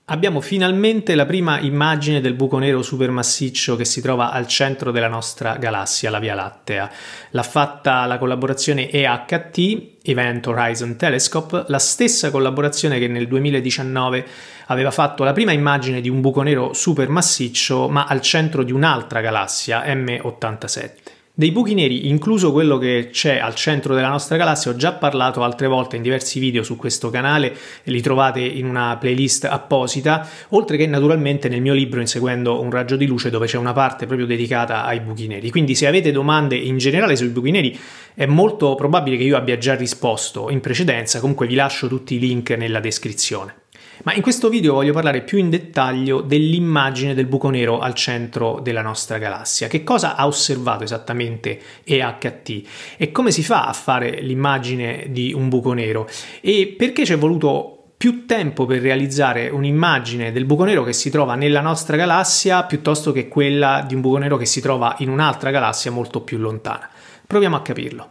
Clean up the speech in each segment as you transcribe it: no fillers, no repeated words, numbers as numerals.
Abbiamo finalmente la prima immagine del buco nero supermassiccio che si trova al centro della nostra galassia, la Via Lattea. L'ha fatta la collaborazione EHT, Event Horizon Telescope, la stessa collaborazione che nel 2019 aveva fatto la prima immagine di un buco nero supermassiccio, ma al centro di un'altra galassia, M87. Dei buchi neri, incluso quello che c'è al centro della nostra galassia, ho già parlato altre volte in diversi video su questo canale, li trovate in una playlist apposita, oltre che naturalmente nel mio libro Inseguendo un raggio di luce, dove c'è una parte proprio dedicata ai buchi neri. Quindi se avete domande in generale sui buchi neri è molto probabile che io abbia già risposto in precedenza, comunque vi lascio tutti i link nella descrizione. Ma in questo video voglio parlare più in dettaglio dell'immagine del buco nero al centro della nostra galassia. Che cosa ha osservato esattamente EHT e come si fa a fare l'immagine di un buco nero e perché ci è voluto più tempo per realizzare un'immagine del buco nero che si trova nella nostra galassia piuttosto che quella di un buco nero che si trova in un'altra galassia molto più lontana. Proviamo a capirlo.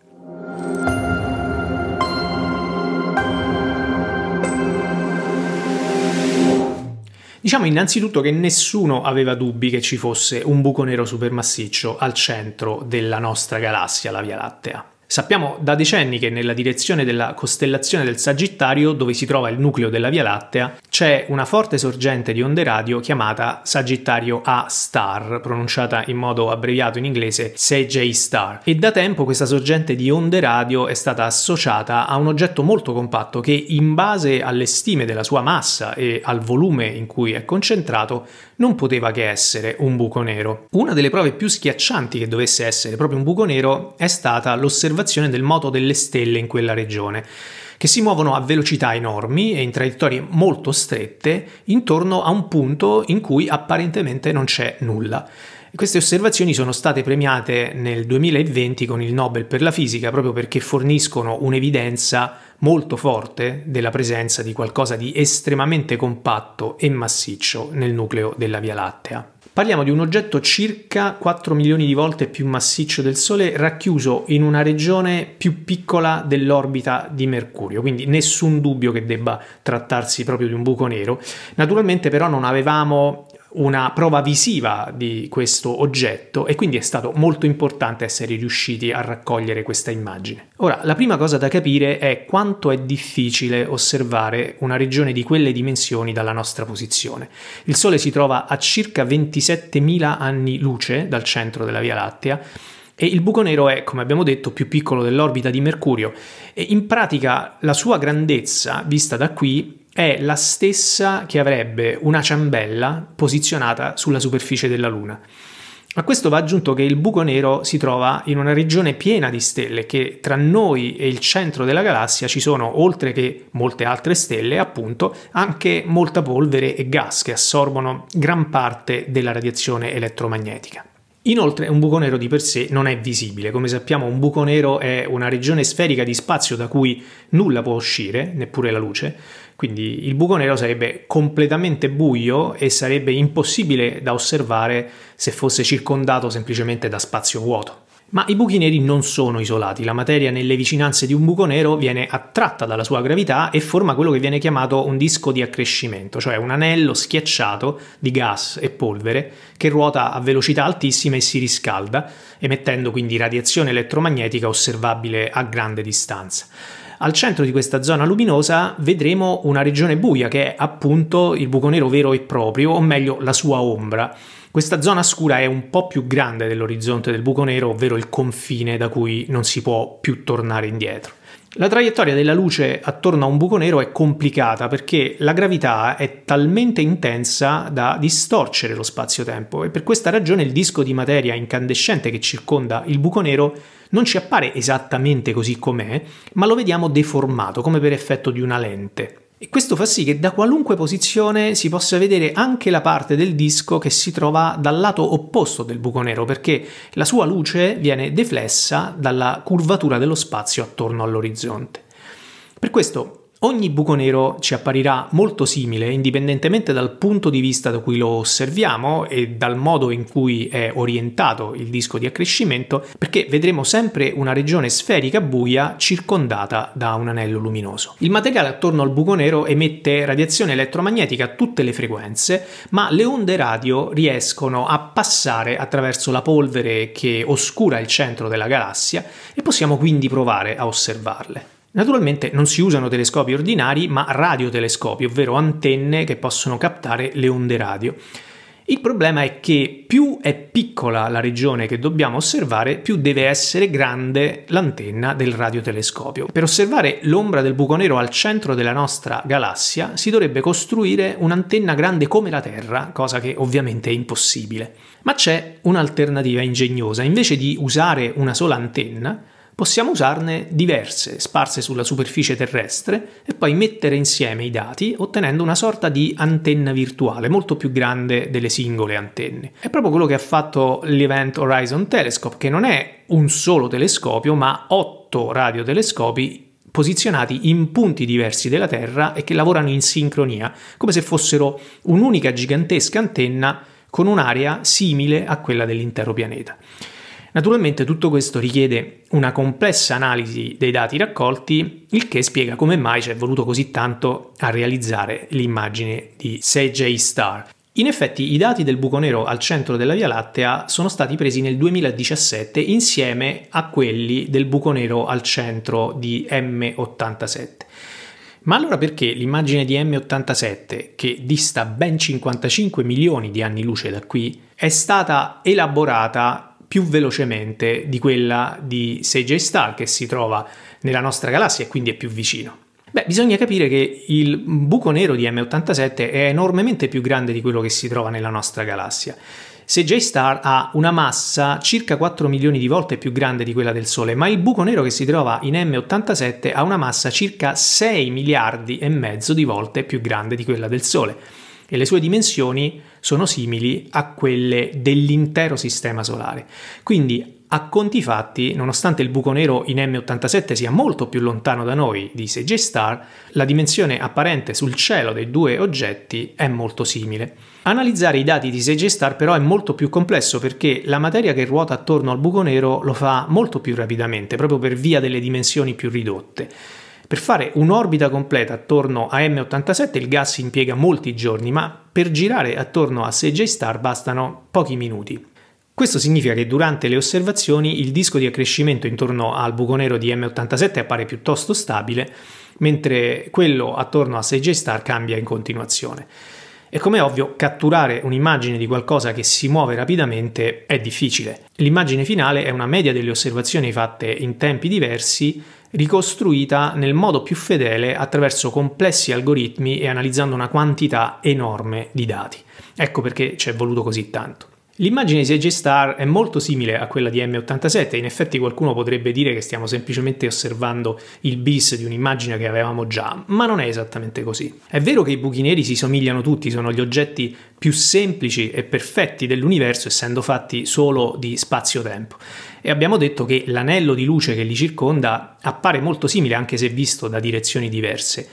Diciamo innanzitutto che nessuno aveva dubbi che ci fosse un buco nero supermassiccio al centro della nostra galassia, la Via Lattea. Sappiamo da decenni che nella direzione della costellazione del Sagittario, dove si trova il nucleo della Via Lattea, c'è una forte sorgente di onde radio chiamata Sagittario A Star, pronunciata in modo abbreviato in inglese SJ Star. E da tempo questa sorgente di onde radio è stata associata a un oggetto molto compatto che, in base alle stime della sua massa e al volume in cui è concentrato, non poteva che essere un buco nero. Una delle prove più schiaccianti che dovesse essere proprio un buco nero è stata l'osservazione del moto delle stelle in quella regione, che si muovono a velocità enormi e in traiettorie molto strette intorno a un punto in cui apparentemente non c'è nulla. Queste osservazioni sono state premiate nel 2020 con il Nobel per la fisica proprio perché forniscono un'evidenza molto forte della presenza di qualcosa di estremamente compatto e massiccio nel nucleo della Via Lattea. Parliamo di un oggetto circa 4 milioni di volte più massiccio del Sole, racchiuso in una regione più piccola dell'orbita di Mercurio, quindi nessun dubbio che debba trattarsi proprio di un buco nero. Naturalmente però non avevamo una prova visiva di questo oggetto e quindi è stato molto importante essere riusciti a raccogliere questa immagine. Ora, la prima cosa da capire è quanto è difficile osservare una regione di quelle dimensioni dalla nostra posizione. Il Sole si trova a circa 27.000 anni luce dal centro della Via Lattea e il buco nero è, come abbiamo detto, più piccolo dell'orbita di Mercurio e in pratica la sua grandezza, vista da qui, è la stessa che avrebbe una ciambella posizionata sulla superficie della Luna. A questo va aggiunto che il buco nero si trova in una regione piena di stelle, che tra noi e il centro della galassia ci sono, oltre che molte altre stelle, appunto, anche molta polvere e gas che assorbono gran parte della radiazione elettromagnetica. Inoltre un buco nero di per sé non è visibile. Come sappiamo, un buco nero è una regione sferica di spazio da cui nulla può uscire, neppure la luce, quindi il buco nero sarebbe completamente buio e sarebbe impossibile da osservare se fosse circondato semplicemente da spazio vuoto. Ma i buchi neri non sono isolati, la materia nelle vicinanze di un buco nero viene attratta dalla sua gravità e forma quello che viene chiamato un disco di accrescimento, cioè un anello schiacciato di gas e polvere che ruota a velocità altissime e si riscalda, emettendo quindi radiazione elettromagnetica osservabile a grande distanza. Al centro di questa zona luminosa vedremo una regione buia che è appunto il buco nero vero e proprio, o meglio la sua ombra. Questa zona scura è un po' più grande dell'orizzonte del buco nero, ovvero il confine da cui non si può più tornare indietro. La traiettoria della luce attorno a un buco nero è complicata perché la gravità è talmente intensa da distorcere lo spazio-tempo e per questa ragione il disco di materia incandescente che circonda il buco nero non ci appare esattamente così com'è, ma lo vediamo deformato, come per effetto di una lente. E questo fa sì che da qualunque posizione si possa vedere anche la parte del disco che si trova dal lato opposto del buco nero, perché la sua luce viene deflessa dalla curvatura dello spazio attorno all'orizzonte. Per questo Ogni buco nero ci apparirà molto simile indipendentemente dal punto di vista da cui lo osserviamo e dal modo in cui è orientato il disco di accrescimento, perché vedremo sempre una regione sferica buia circondata da un anello luminoso. Il materiale attorno al buco nero emette radiazione elettromagnetica a tutte le frequenze, ma le onde radio riescono a passare attraverso la polvere che oscura il centro della galassia e possiamo quindi provare a osservarle. Naturalmente non si usano telescopi ordinari, ma radiotelescopi, ovvero antenne che possono captare le onde radio. Il problema è che più è piccola la regione che dobbiamo osservare, più deve essere grande l'antenna del radiotelescopio. Per osservare l'ombra del buco nero al centro della nostra galassia si dovrebbe costruire un'antenna grande come la Terra, cosa che ovviamente è impossibile. Ma c'è un'alternativa ingegnosa. Invece di usare una sola antenna, possiamo usarne diverse, sparse sulla superficie terrestre, e poi mettere insieme i dati ottenendo una sorta di antenna virtuale molto più grande delle singole antenne. È proprio quello che ha fatto l'Event Horizon Telescope, che non è un solo telescopio, ma 8 radiotelescopi posizionati in punti diversi della Terra e che lavorano in sincronia, come se fossero un'unica gigantesca antenna con un'area simile a quella dell'intero pianeta. Naturalmente tutto questo richiede una complessa analisi dei dati raccolti, il che spiega come mai ci è voluto così tanto a realizzare l'immagine di CJ-STAR. In effetti i dati del buco nero al centro della Via Lattea sono stati presi nel 2017 insieme a quelli del buco nero al centro di M87. Ma allora perché l'immagine di M87, che dista ben 55 milioni di anni luce da qui, è stata elaborata più velocemente di quella di CJ-STAR, che si trova nella nostra galassia e quindi è più vicino? Bisogna capire che il buco nero di M87 è enormemente più grande di quello che si trova nella nostra galassia. CJ-STAR ha una massa circa 4 milioni di volte più grande di quella del Sole, ma il buco nero che si trova in M87 ha una massa circa 6 miliardi e mezzo di volte più grande di quella del Sole, e le sue dimensioni sono simili a quelle dell'intero sistema solare. Quindi, a conti fatti, nonostante il buco nero in M87 sia molto più lontano da noi di CJ-STAR, la dimensione apparente sul cielo dei due oggetti è molto simile. Analizzare i dati di CJ-STAR però è molto più complesso, perché la materia che ruota attorno al buco nero lo fa molto più rapidamente, proprio per via delle dimensioni più ridotte. Per fare un'orbita completa attorno a M87 il gas impiega molti giorni, ma per girare attorno a CJ-STAR bastano pochi minuti. Questo significa che durante le osservazioni il disco di accrescimento intorno al buco nero di M87 appare piuttosto stabile, mentre quello attorno a CJ-STAR cambia in continuazione. E come è ovvio, catturare un'immagine di qualcosa che si muove rapidamente è difficile. L'immagine finale è una media delle osservazioni fatte in tempi diversi, ricostruita nel modo più fedele attraverso complessi algoritmi e analizzando una quantità enorme di dati. Ecco perché ci è voluto così tanto. L'immagine di CJ-STAR è molto simile a quella di M87, in effetti qualcuno potrebbe dire che stiamo semplicemente osservando il bis di un'immagine che avevamo già, ma non è esattamente così. È vero che i buchi neri si somigliano tutti, sono gli oggetti più semplici e perfetti dell'universo, essendo fatti solo di spazio-tempo. E abbiamo detto che l'anello di luce che li circonda appare molto simile anche se visto da direzioni diverse.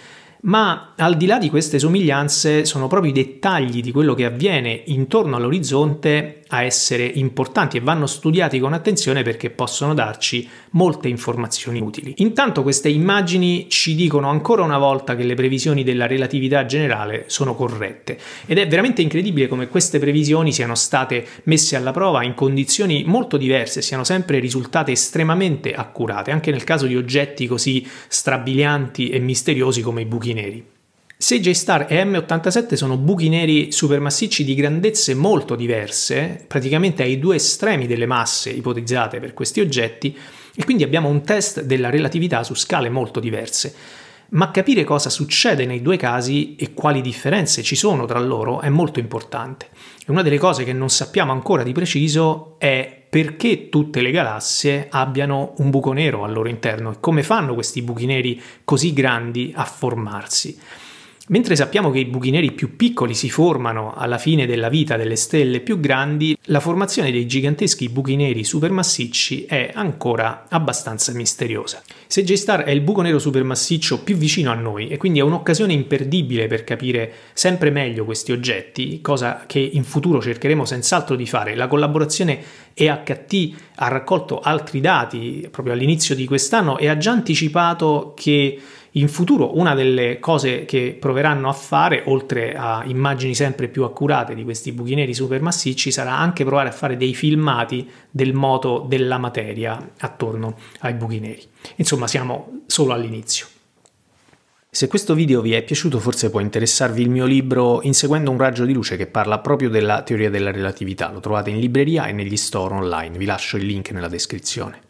Ma al di là di queste somiglianze sono proprio i dettagli di quello che avviene intorno all'orizzonte a essere importanti e vanno studiati con attenzione, perché possono darci molte informazioni utili. Intanto queste immagini ci dicono ancora una volta che le previsioni della relatività generale sono corrette, ed è veramente incredibile come queste previsioni siano state messe alla prova in condizioni molto diverse e siano sempre risultate estremamente accurate, anche nel caso di oggetti così strabilianti e misteriosi come i buchi neri. CJ-STAR e M87 sono buchi neri supermassicci di grandezze molto diverse, praticamente ai due estremi delle masse ipotizzate per questi oggetti, e quindi abbiamo un test della relatività su scale molto diverse. Ma capire cosa succede nei due casi e quali differenze ci sono tra loro è molto importante. E una delle cose che non sappiamo ancora di preciso è perché tutte le galassie abbiano un buco nero al loro interno e come fanno questi buchi neri così grandi a formarsi. Mentre sappiamo che i buchi neri più piccoli si formano alla fine della vita delle stelle più grandi, la formazione dei giganteschi buchi neri supermassicci è ancora abbastanza misteriosa. Se J-Star è il buco nero supermassiccio più vicino a noi e quindi è un'occasione imperdibile per capire sempre meglio questi oggetti, cosa che in futuro cercheremo senz'altro di fare, la collaborazione EHT ha raccolto altri dati proprio all'inizio di quest'anno e ha già anticipato che in futuro una delle cose che proveranno a fare, oltre a immagini sempre più accurate di questi buchi neri supermassicci, sarà anche provare a fare dei filmati del moto della materia attorno ai buchi neri. Insomma, siamo solo all'inizio. Se questo video vi è piaciuto, forse può interessarvi il mio libro Inseguendo un raggio di luce, che parla proprio della teoria della relatività. Lo trovate in libreria e negli store online. Vi lascio il link nella descrizione.